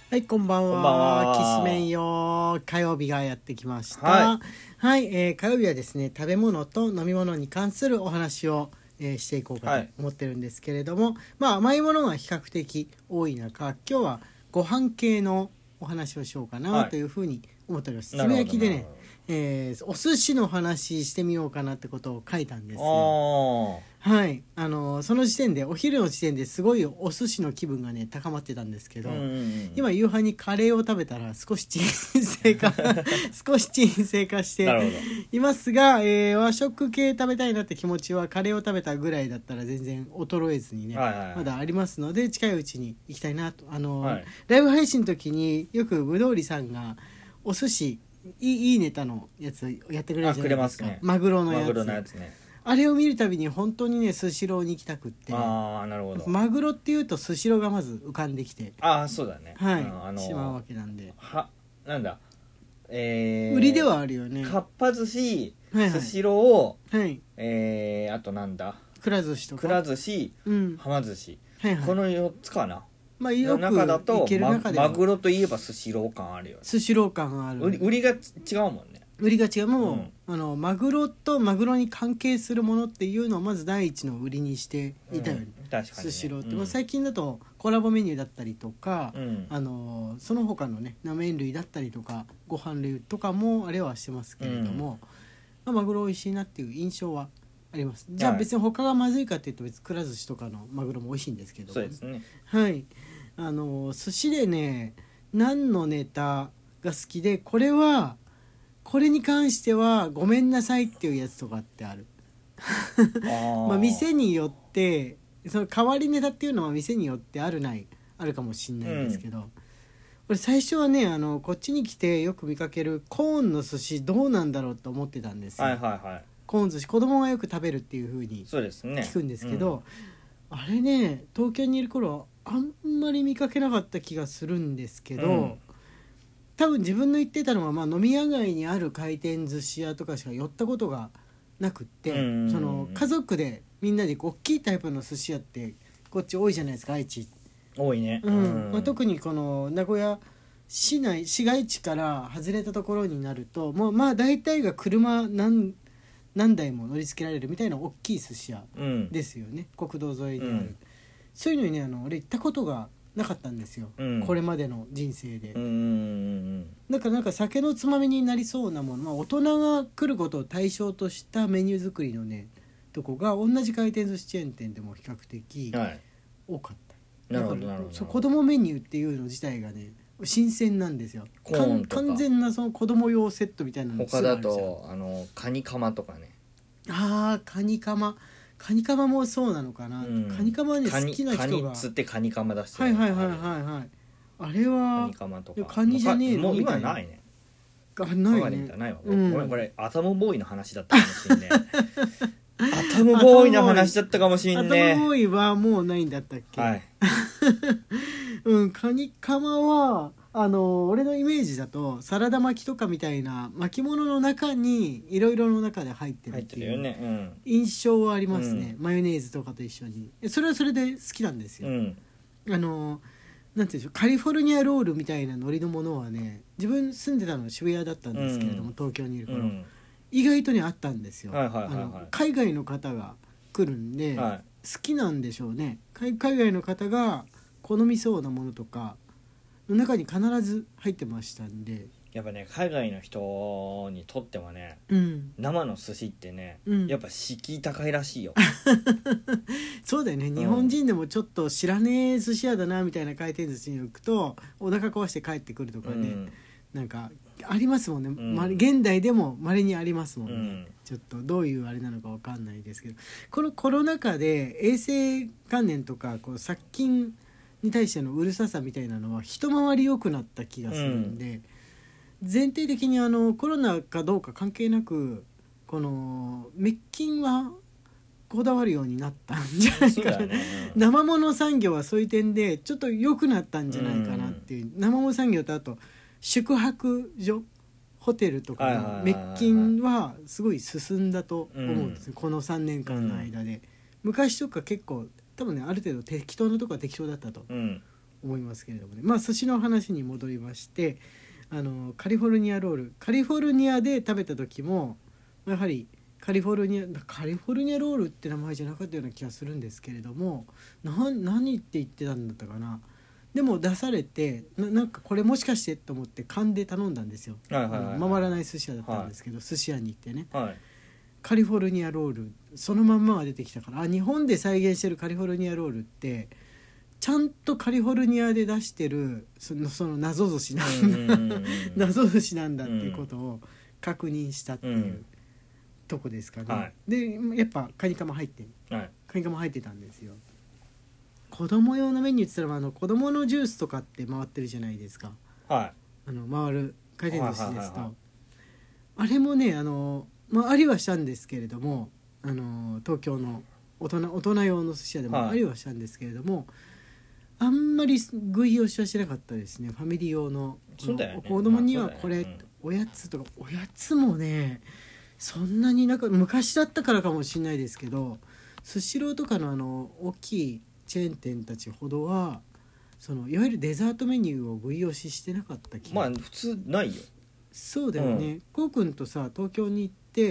はい、こんばんこんばんは。 は。 きしめんよ火曜日がやってきました。 ははい、火曜日はですね、食べ物と飲み物に関するお話を、していこうかと思ってるんですけれども、まあ甘いものが比較的多い中、今日はご飯系のお話をしようかなというふうに思っております。つぶやきでね、お寿司の話してみようかなってことを書いたんですよ。はい、その時点でお昼の時点ですごいお寿司の気分がね高まってたんですけど、今夕飯にカレーを食べたら少し沈静化していますが、和食系食べたいなって気持ちはカレーを食べたぐらいだったら全然衰えずにね、まだありますので近いうちに行きたいなと。ライブ配信の時によくぶどうりさんがお寿司いいネタのやつやってくれるじゃないですか。マグロのやつね。あれを見るたびに本当にねスシローに行きたくって。なるほど。マグロっていうとスシローがまず浮かんできて、 そうだね。 はい、しまうわけなんで。 なんだ、 売りではあるよね。 かっぱ寿司、スシロー、あとなんだ、 くら寿司とか。 くら寿司、はま寿司、この4つかな。 まあ、よく行ける中ではマグロといえばスシロー感あるよね。 スシロー感ある。 売りが違うもんね。 売りが違う。もう、マグロとマグロに関係するものっていうのをまず第一の売りにしていたよね。 確かにね。 スシローって、最近だとコラボメニューだったりとか、その他のね麺類だったりとかご飯類とかもあれはしてますけれども、マグロ美味しいなっていう印象はあります。じゃあ別に他がまずいかっていうと別にくら寿司とかのマグロも美味しいんですけど、 そうですね。 はい。寿司でね何のネタが好きで、これに関してはごめんなさいっていうやつとかってある。まあ店によってその代わりネタっていうのは店によってあるかもしれないんですけど、俺最初はねこっちに来てよく見かけるコーンの寿司どうなんだろうと思ってたんですよ。コーン寿司子供がよく食べるっていう風に聞くんですけど、あれね東京にいる頃あんまり見かけなかった気がするんですけど、多分自分の言ってたのは、まあ、飲み屋街にある回転寿司屋とかしか寄ったことがなくって、その家族でみんなで大きいタイプの寿司屋ってこっち多いじゃないですか。愛知多いね。 特にこの名古屋市街地から外れたところになるともうまあ大体が車何台も乗り付けられるみたいな大きい寿司屋ですよね、国道沿いにある。そういうのにね俺行ったことがなかったんですよ、これまでの人生で。だからなんか酒のつまみになりそうなもの、大人が来ることを対象としたメニュー作りのねとこが同じ回転寿司チェーン店でも比較的多かった。 なるほど。 子供メニューっていうの自体がね新鮮なんですよ。完全なその子供用セットみたいなの他だとカニカマとかね。 カニカマもそうなのかな、カニカマはね好きな人がカニっつってカニカマ出してる。 あれはカニカマとかカニじゃねえのもう今ないね。 ないね。 ごめん、これアトムボーイの話だったかもしんね。アトムボーイの話だったかもしんね。 アトムボーイはもうないんだったっけ。カニカマは俺のイメージだとサラダ巻きとかみたいな巻物の中にいろいろの中で入ってるっていう印象はありますね、マヨネーズとかと一緒に。それはそれで好きなんですよ、なんていうんでしょう、カリフォルニアロールみたいな海苔のものはね、自分住んでたのは渋谷だったんですけれども、東京にいる頃、意外とねあったんですよ。海外の方が来るんで、好きなんでしょうね。海外の方が好みそうなものとかの中に必ず入ってましたんで、 やっぱね海外の人にとってはね、生の寿司ってね、やっぱ敷居高いらしいよ。 そうだよね、日本人でもちょっと知らねえ寿司屋だなみたいな回転寿司に行くとお腹壊して帰ってくるとかね、なんかありますもんね、現代でも稀にありますもんね、ちょっとどういうあれなのか分かんないですけど、このコロナ禍で衛生観念とかこう殺菌に対してのうるささみたいなのは一回り良くなった気がするんで、前提的にコロナかどうか関係なくこの滅菌はこだわるようになったんじゃないかな、生物産業はそういう点でちょっと良くなったんじゃないかなっていう、生物産業とあと宿泊所ホテルとかの滅菌はすごい進んだと思うんですよ、この3年間の間で。昔とか結構多分ねある程度適当なとこは適当だったと思いますけれどもね。まあ寿司の話に戻りまして、カリフォルニアロール、カリフォルニアで食べた時もやはりカリフォルニアロールって名前じゃなかったような気がするんですけれども、何って言ってたんだったかな。でも出されてなんかこれもしかしてと思って勘で頼んだんですよ、回らない寿司屋だったんですけど、寿司屋に行ってね、カリフォルニアロールそのまんまが出てきたから、日本で再現してるカリフォルニアロールってちゃんとカリフォルニアで出してるその謎寿司なんだ謎寿司なんだっていうことを確認したっていうとこですかね、でやっぱカニカマ入ってたんですよ。子供用のメニューって言ったら子供のジュースとかって回ってるじゃないですか、回る回転寿司ですと、あれもねありはしたんですけれども、東京の大人用の寿司屋でもありはしたんですけれども、あんまり具い押しはしなかったですね。ファミリー用の、 そうだよね、 子供にはこれ、おやつとか、おやつもねそんなに昔だったからかもしれないですけど、スシローとかの大きいチェーン店たちほどはいわゆるデザートメニューを具い押ししてなかった気が。 普通ないよ。 そうだよね、こうくんとさ東京に行って、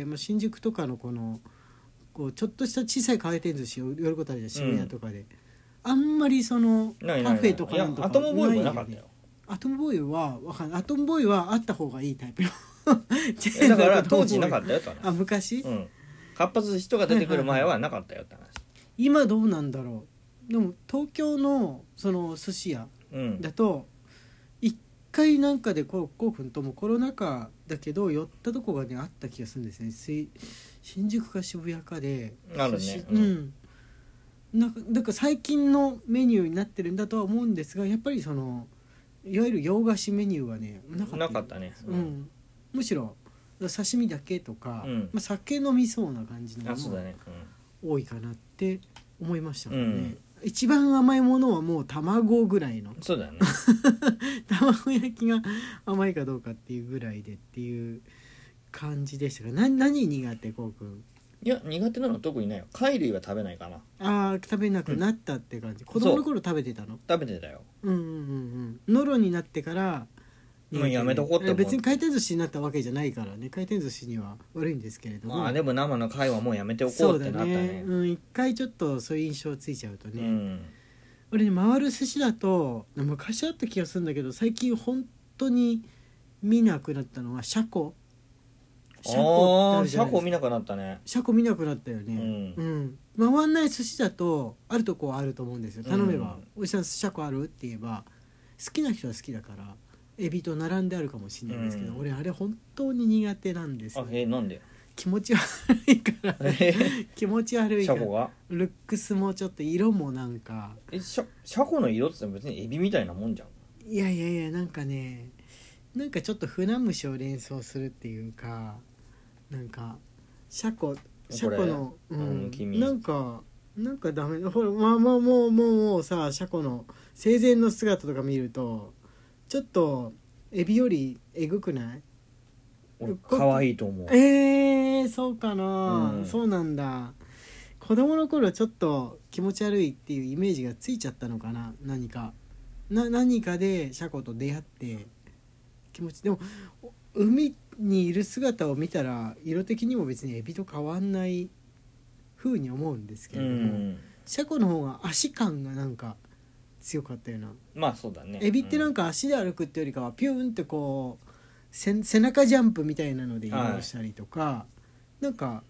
新宿とかのこうちょっとした小さい回転寿司を寄ることあるじゃん、渋谷とかで、あんまりパフェとかなんとかアトムボーイはなかったよ。 アトムボーイは分かんない。アトムボーイはあった方がいいタイプのだから当時なかったよって話。 昔、 活発人が出てくる前はなかったよって話、 今どうなんだろう。でも東京のその寿司屋だと、一回なんかでこうくんともコロナ禍だけど寄ったとこがねあった気がするんですね。新宿か渋谷かであるね、 だから最近のメニューになってるんだとは思うんですが、やっぱりいわゆる洋菓子メニューはねなかったね、むしろ刺身だけとか、酒飲みそうな感じのものが多いかなって思いましたからね、一番甘いものはもう卵ぐらいの、 そうだよね卵焼きが甘いかどうかっていうぐらいでっていう感じでしたが、何苦手こうくん。 いや苦手なの特にないよ。貝類は食べないかな。 食べなくなったって感じ、子供の頃食べてたの？ 食べてたよ。 ノロになってからもうやめとこうって思う。 別に回転寿司になったわけじじゃないからね、回転寿司には悪いんですけれども、 でも生の貝はもうやめておこうってなったね。 一回ちょっとそういう印象ついちゃうとね、俺ね回る寿司だと昔あった気がするんだけど、最近本当に見なくなったのはシャコシャコ見なくなったね。 シャコ見なくなったよね、回んない寿司だとあるとこはあると思うんですよ。頼めば、おじさんシャコあるって言えば、好きな人は好きだからエビと並んであるかもしれないですけど、俺あれ本当に苦手なんですよ。 なんで？ 気持ち悪いから気持ち悪いから。 シャコがルックスもちょっと色もなんかシャコの色って別にエビみたいなもんじゃん。 いやなんかね、なんかちょっと船虫を連想するっていうか、なんかシャコの、なんかダメ。ほらもうさ、シャコの生前の姿とか見るとちょっとエビよりエグくない？ 俺可愛いと思う。 そうかな、そうなんだ。子供の頃ちょっと気持ち悪いっていうイメージがついちゃったのかな。何かでシャコと出会って気持ち、でも海にいる姿を見たら色的にも別にエビと変わんない風に思うんですけれども、シャコの方が足感がなんか強かったよな。 そうだね。 エビってなんか足で歩くってよりかはピューンってこう背中ジャンプみたいなので移動したりとか、なんか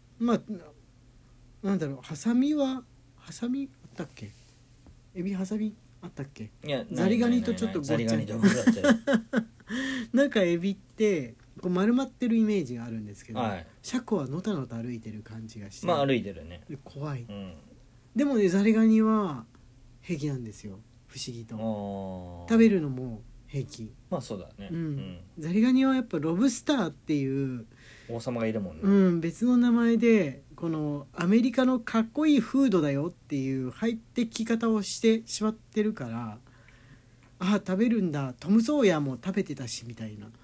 なんだろう、ハサミあったっけ？エビハサミあったっけ？ いやザリガニとちょっとごっちゃになんかエビってこう丸まってるイメージがあるんですけど、シャコはのたのた歩いてる感じがして、 歩いてるね。 怖い、でもねザリガニは平気なんですよ、不思議と。食べるのも平気。 そうだね、 ザリガニはやっぱロブスターっていう王様がいるもんね、 別の名前でこのアメリカのかっこいいフードだよっていう入ってき方をしてしまってるから、食べるんだ、トム・ソーヤーも食べてたしみたいな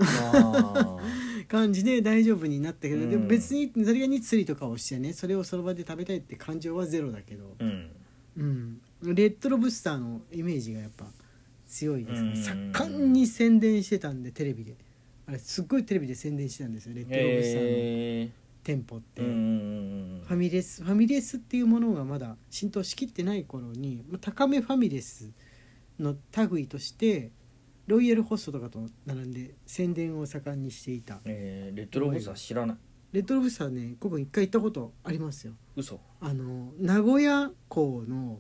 感じで大丈夫になったけど、でも別にザリガニ釣りとかをしてね、それをその場で食べたいって感情はゼロだけど、 レッドロブスターのイメージがやっぱ強いですね。盛んに宣伝してたんで、テレビであれすっごいテレビで宣伝してたんですよ、レッドロブスターの店舗って。ファミレスっていうものがまだ浸透しきってない頃に、高めファミレスの類としてロイヤルホストとかと並んで宣伝を盛んにしていた。 レッドロブスター知らない。 レッドロブスターね、ここ一回行ったことありますよ。 嘘。 名古屋港の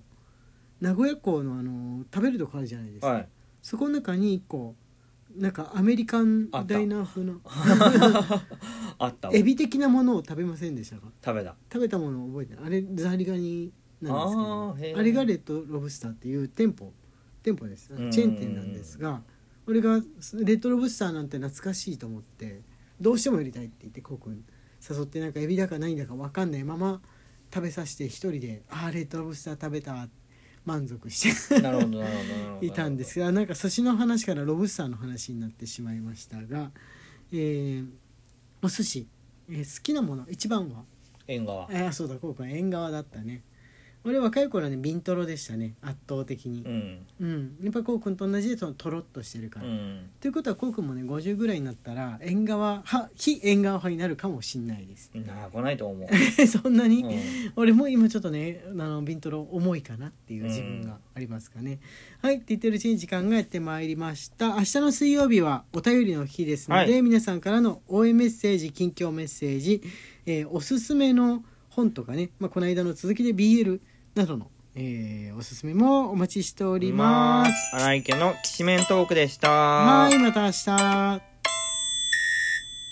食べるとこあるじゃないですか、はい、そこの中に一個なんかアメリカンダイナー風のあったエビ的なものを食べませんでしたか？ 食べたものを覚えてない。あれザリガニなんですけど、あれがレッドロブスターっていう店舗です。チェーン店なんですが、俺がレッドロブスターなんて懐かしいと思ってどうしてもやりたいって言ってコウ君誘って、なんかエビだか何だか分かんないまま食べさせて一人でレッドロブスター食べた満足してなるほどいたんですが、なんか寿司の話からロブスターの話になってしまいましたが、お寿司、好きなもの一番は縁側。 そうだ、こうか縁側だったね。俺若い頃はねビントロでしたね、圧倒的に。やっぱこうくんと同じでそのトロッとしてるから、ということはこうくんもね50ぐらいになったら縁側派非縁側派になるかもしんないです。 来ないと思うそんなに、俺も今ちょっとねビントロ重いかなっていう自分がありますかね。はいって言ってるうちに時間がやってまいりました。明日の水曜日はお便りの日ですので、皆さんからの応援メッセージ、近況メッセージ、おすすめの本とかね、この間の続きで BL などの、おすすめもお待ちしております。 荒井家のきしめんトークでした。 はい、また明日。